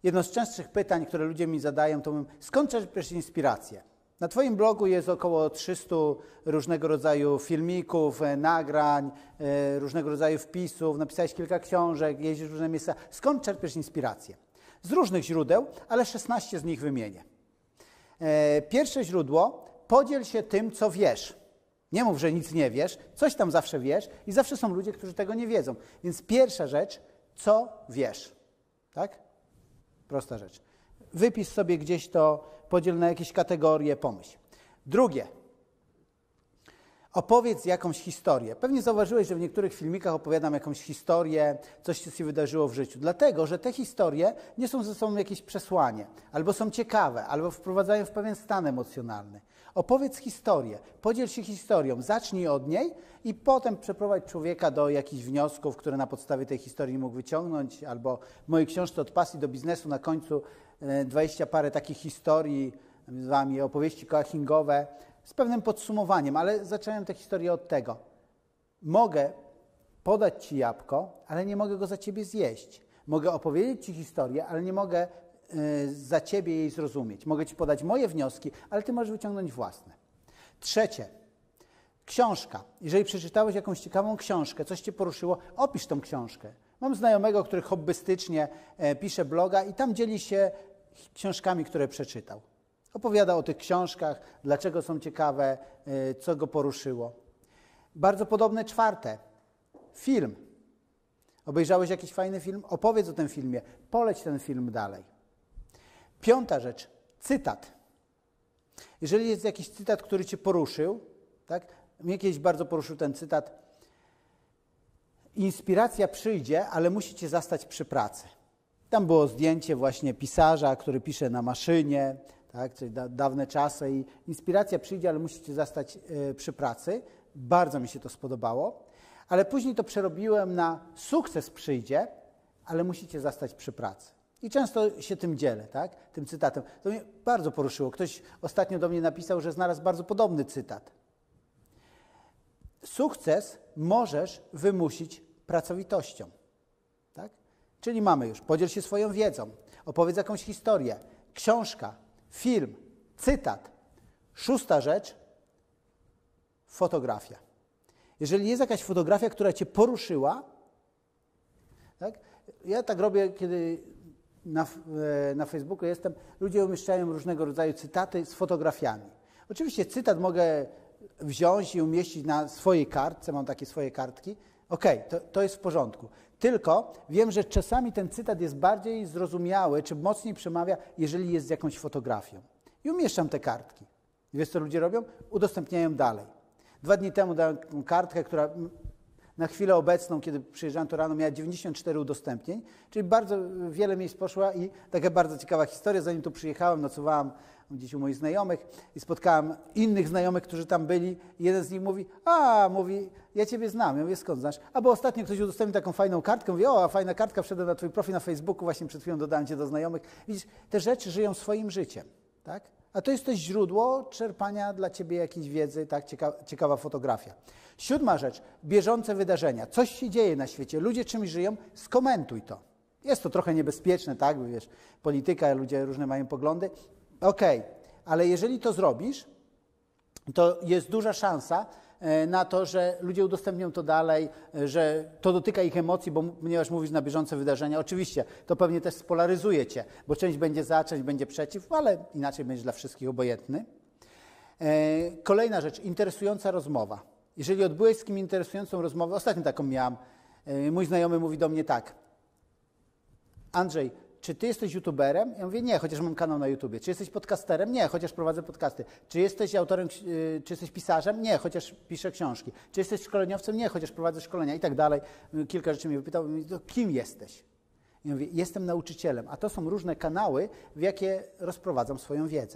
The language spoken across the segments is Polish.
Jedno z częstszych pytań, które ludzie mi zadają, to skąd czerpiesz inspirację? Na Twoim blogu jest około 300 różnego rodzaju filmików, nagrań, różnego rodzaju wpisów, napisałeś kilka książek, jeździsz w różne miejsca. Skąd czerpiesz inspirację? Z różnych źródeł, ale 16 z nich wymienię. Pierwsze źródło, podziel się tym, co wiesz. Nie mów, że nic nie wiesz, coś tam zawsze wiesz i zawsze są ludzie, którzy tego nie wiedzą. Więc pierwsza rzecz, co wiesz. Tak? Prosta rzecz. Wypisz sobie gdzieś to, podziel na jakieś kategorie, pomyśl. Drugie. Opowiedz jakąś historię. Pewnie zauważyłeś, że w niektórych filmikach opowiadam jakąś historię, coś się wydarzyło w życiu. Dlatego, że te historie niosą ze sobą jakieś przesłanie, albo są ciekawe, albo wprowadzają w pewien stan emocjonalny. Opowiedz historię, podziel się historią, zacznij od niej i potem przeprowadź człowieka do jakichś wniosków, które na podstawie tej historii mógł wyciągnąć, albo w mojej książce Od pasji do biznesu na końcu 20 parę takich historii, nazywam je opowieści coachingowe, z pewnym podsumowaniem, ale zacząłem tę historię od tego. Mogę podać Ci jabłko, ale nie mogę go za Ciebie zjeść. Mogę opowiedzieć Ci historię, ale nie mogę za Ciebie jej zrozumieć. Mogę Ci podać moje wnioski, ale Ty możesz wyciągnąć własne. Trzecie, książka. Jeżeli przeczytałeś jakąś ciekawą książkę, coś Cię poruszyło, opisz tą książkę. Mam znajomego, który hobbystycznie pisze bloga i tam dzieli się książkami, które przeczytał. Opowiada o tych książkach, dlaczego są ciekawe, co go poruszyło. Bardzo podobne czwarte. Film. Obejrzałeś jakiś fajny film? Opowiedz o tym filmie. Poleć ten film dalej. Piąta rzecz. Cytat. Jeżeli jest jakiś cytat, który Cię poruszył, tak? Mnie kiedyś bardzo poruszył ten cytat. Inspiracja przyjdzie, ale musi Cię zastać przy pracy. Tam było zdjęcie właśnie pisarza, który pisze na maszynie, tak, czyli dawne czasy i inspiracja przyjdzie, ale musicie zastać przy pracy. Bardzo mi się to spodobało, ale później to przerobiłem na sukces przyjdzie, ale musicie zastać przy pracy. I często się tym dzielę, tak, tym cytatem. To mnie bardzo poruszyło. Ktoś ostatnio do mnie napisał, że znalazł bardzo podobny cytat. Sukces możesz wymusić pracowitością. Tak? Czyli mamy już, podziel się swoją wiedzą, opowiedz jakąś historię, książka, film, cytat. Szósta rzecz, fotografia. Jeżeli jest jakaś fotografia, która Cię poruszyła, tak? Ja tak robię, kiedy na Facebooku jestem, ludzie umieszczają różnego rodzaju cytaty z fotografiami. Oczywiście cytat mogę wziąć i umieścić na swojej kartce, mam takie swoje kartki. Okej, to jest w porządku. Tylko wiem, że czasami ten cytat jest bardziej zrozumiały, czy mocniej przemawia, jeżeli jest z jakąś fotografią. I umieszczam te kartki. I wiesz, co ludzie robią? Udostępniają dalej. 2 dni temu dałem kartkę, która na chwilę obecną, kiedy przyjeżdżałem to rano, miała 94 udostępnień, czyli bardzo wiele miejsc poszła i taka bardzo ciekawa historia. Zanim tu przyjechałem, nocowałem gdzieś u moich znajomych i spotkałem innych znajomych, którzy tam byli. I jeden z nich mówi, ja Ciebie znam. Ja mówię, skąd znasz? Bo ostatnio ktoś udostępnił taką fajną kartkę. Mówię, fajna kartka, wszedłem na Twój profil na Facebooku, właśnie przed chwilą dodałem Cię do znajomych. Widzisz, te rzeczy żyją swoim życiem, tak? A to jest też źródło czerpania dla Ciebie jakiejś wiedzy, tak? Ciekawa fotografia. 7. rzecz, bieżące wydarzenia. Coś się dzieje na świecie, ludzie czymś żyją, skomentuj to. Jest to trochę niebezpieczne, tak? Bo wiesz, polityka, ludzie różne mają poglądy. Okej, ale jeżeli to zrobisz, to jest duża szansa na to, że ludzie udostępnią to dalej, że to dotyka ich emocji, ponieważ mówisz na bieżące wydarzenia. Oczywiście to pewnie też spolaryzuje Cię, bo część będzie za, część będzie przeciw, ale inaczej będziesz dla wszystkich obojętny. Kolejna rzecz, interesująca rozmowa. Jeżeli odbyłeś z kimś interesującą rozmowę, ostatnio taką miałam, mój znajomy mówi do mnie tak: Andrzej, czy Ty jesteś youtuberem? Ja mówię, nie, chociaż mam kanał na YouTubie. Czy jesteś podcasterem? Nie, chociaż prowadzę podcasty. Czy jesteś autorem, czy jesteś pisarzem? Nie, chociaż piszę książki. Czy jesteś szkoleniowcem? Nie, chociaż prowadzę szkolenia i tak dalej. Kilka rzeczy mnie wypytał, to kim jesteś? Ja mówię, jestem nauczycielem, a to są różne kanały, w jakie rozprowadzam swoją wiedzę.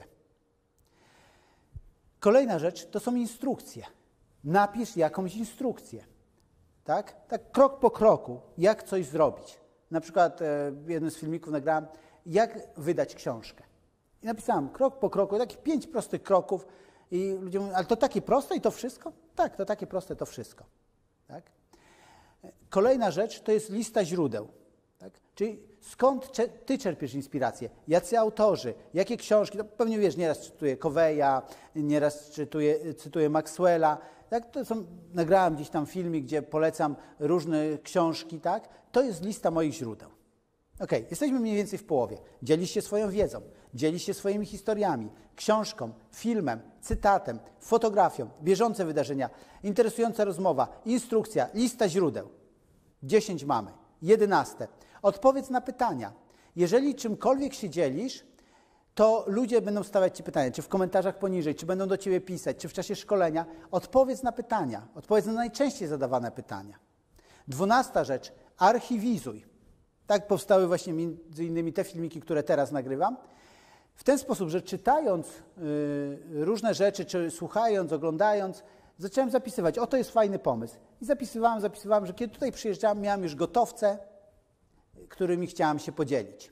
Kolejna rzecz to są instrukcje. Napisz jakąś instrukcję. Tak krok po kroku, jak coś zrobić. Na przykład w jednym z filmików nagrałem, jak wydać książkę. I napisałem krok po kroku, takich 5 prostych kroków i ludzie mówią, ale to takie proste i to wszystko? Tak, to takie proste to wszystko. Tak? Kolejna rzecz to jest lista źródeł. Tak? Czyli skąd ty czerpiesz inspirację, jacy autorzy, jakie książki, no pewnie wiesz, nieraz czytuję Coveya, nieraz cytuję Maxwella, tak? Nagrałem gdzieś tam filmik, gdzie polecam różne książki, tak? To jest lista moich źródeł. Okej, jesteśmy mniej więcej w połowie. Dzielisz się swoją wiedzą, dzielisz się swoimi historiami, książką, filmem, cytatem, fotografią, bieżące wydarzenia, interesująca rozmowa, instrukcja, lista źródeł. 10 mamy. 11. Odpowiedz na pytania. Jeżeli czymkolwiek się dzielisz, to ludzie będą stawiać ci pytania, czy w komentarzach poniżej, czy będą do ciebie pisać, czy w czasie szkolenia. Odpowiedz na pytania. Odpowiedz na najczęściej zadawane pytania. 12. rzecz. Archiwizuj. Tak powstały właśnie między innymi te filmiki, które teraz nagrywam. W ten sposób, że czytając różne rzeczy, czy słuchając, oglądając, zacząłem zapisywać. Oto jest fajny pomysł. I zapisywałem, że kiedy tutaj przyjeżdżałem, miałem już gotowce, którymi chciałem się podzielić.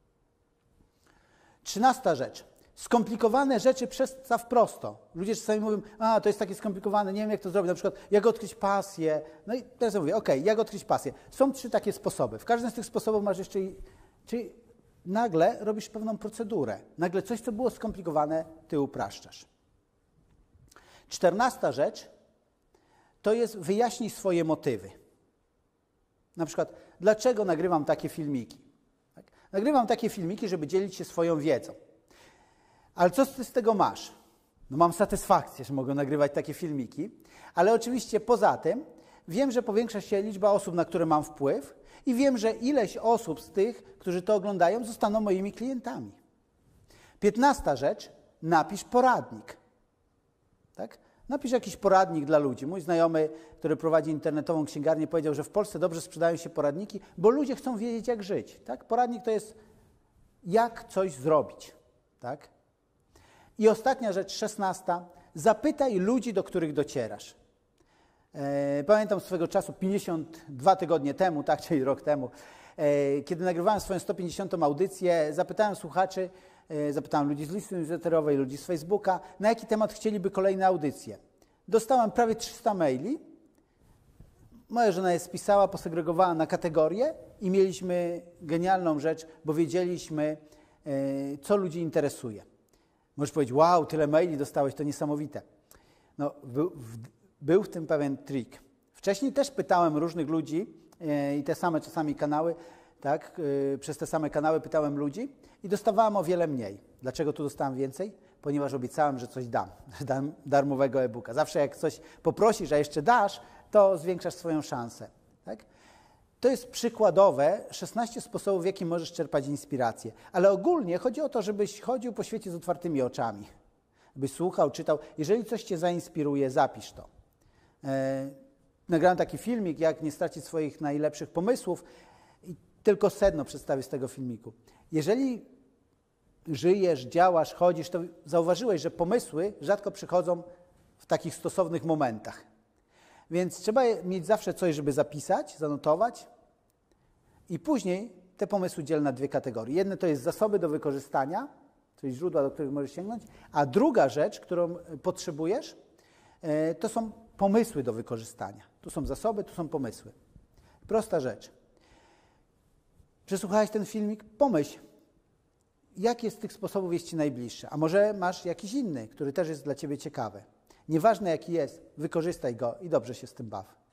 13. rzecz. Skomplikowane rzeczy przedstaw prosto. Ludzie czasami mówią, to jest takie skomplikowane, nie wiem jak to zrobić, na przykład jak odkryć pasję. No i teraz ja mówię, jak odkryć pasję. Są 3 takie sposoby. W każdym z tych sposobów masz jeszcze, czyli nagle robisz pewną procedurę. Nagle coś, co było skomplikowane, ty upraszczasz. 14. rzecz to jest wyjaśnij swoje motywy. Na przykład, dlaczego nagrywam takie filmiki? Tak? Nagrywam takie filmiki, żeby dzielić się swoją wiedzą. Ale co ty z tego masz? No mam satysfakcję, że mogę nagrywać takie filmiki, ale oczywiście poza tym wiem, że powiększa się liczba osób, na które mam wpływ i wiem, że ileś osób z tych, którzy to oglądają, zostaną moimi klientami. 15. rzecz, napisz poradnik. Tak? Napisz jakiś poradnik dla ludzi. Mój znajomy, który prowadzi internetową księgarnię, powiedział, że w Polsce dobrze sprzedają się poradniki, bo ludzie chcą wiedzieć, jak żyć. Tak? Poradnik to jest jak coś zrobić. Tak? I ostatnia rzecz, 16. Zapytaj ludzi, do których docierasz. Pamiętam swego czasu, 52 tygodnie temu, tak, czyli rok temu, kiedy nagrywałem swoją 150. audycję, zapytałem słuchaczy, zapytałem ludzi z listy newsletterowej, ludzi z Facebooka, na jaki temat chcieliby kolejne audycje. Dostałem prawie 300 maili. Moja żona je spisała, posegregowała na kategorie i mieliśmy genialną rzecz, bo wiedzieliśmy, co ludzi interesuje. Możesz powiedzieć, wow, tyle maili dostałeś, to niesamowite. No, był w tym pewien trik. Wcześniej też pytałem różnych ludzi i te same czasami kanały, tak, przez te same kanały pytałem ludzi i dostawałem o wiele mniej. Dlaczego tu dostałem więcej? Ponieważ obiecałem, że coś dam, że dam darmowego e-booka. Zawsze jak coś poprosisz, a jeszcze dasz, to zwiększasz swoją szansę. Tak? To jest przykładowe 16 sposobów, w jaki możesz czerpać inspirację. Ale ogólnie chodzi o to, żebyś chodził po świecie z otwartymi oczami. Byś słuchał, czytał. Jeżeli coś cię zainspiruje, zapisz to. Nagrałem taki filmik, jak nie stracić swoich najlepszych pomysłów i tylko sedno przedstawię z tego filmiku. Jeżeli żyjesz, działasz, chodzisz, to zauważyłeś, że pomysły rzadko przychodzą w takich stosownych momentach. Więc trzeba mieć zawsze coś, żeby zapisać, zanotować i później te pomysły dziel na 2 kategorie. Jedne to jest zasoby do wykorzystania, czyli źródła, do których możesz sięgnąć, a druga rzecz, którą potrzebujesz, to są pomysły do wykorzystania. Tu są zasoby, tu są pomysły. Prosta rzecz. Przesłuchałeś ten filmik? Pomyśl, jaki z tych sposobów jest ci najbliższy. A może masz jakiś inny, który też jest dla ciebie ciekawy. Nieważne jaki jest, wykorzystaj go i dobrze się z tym baw.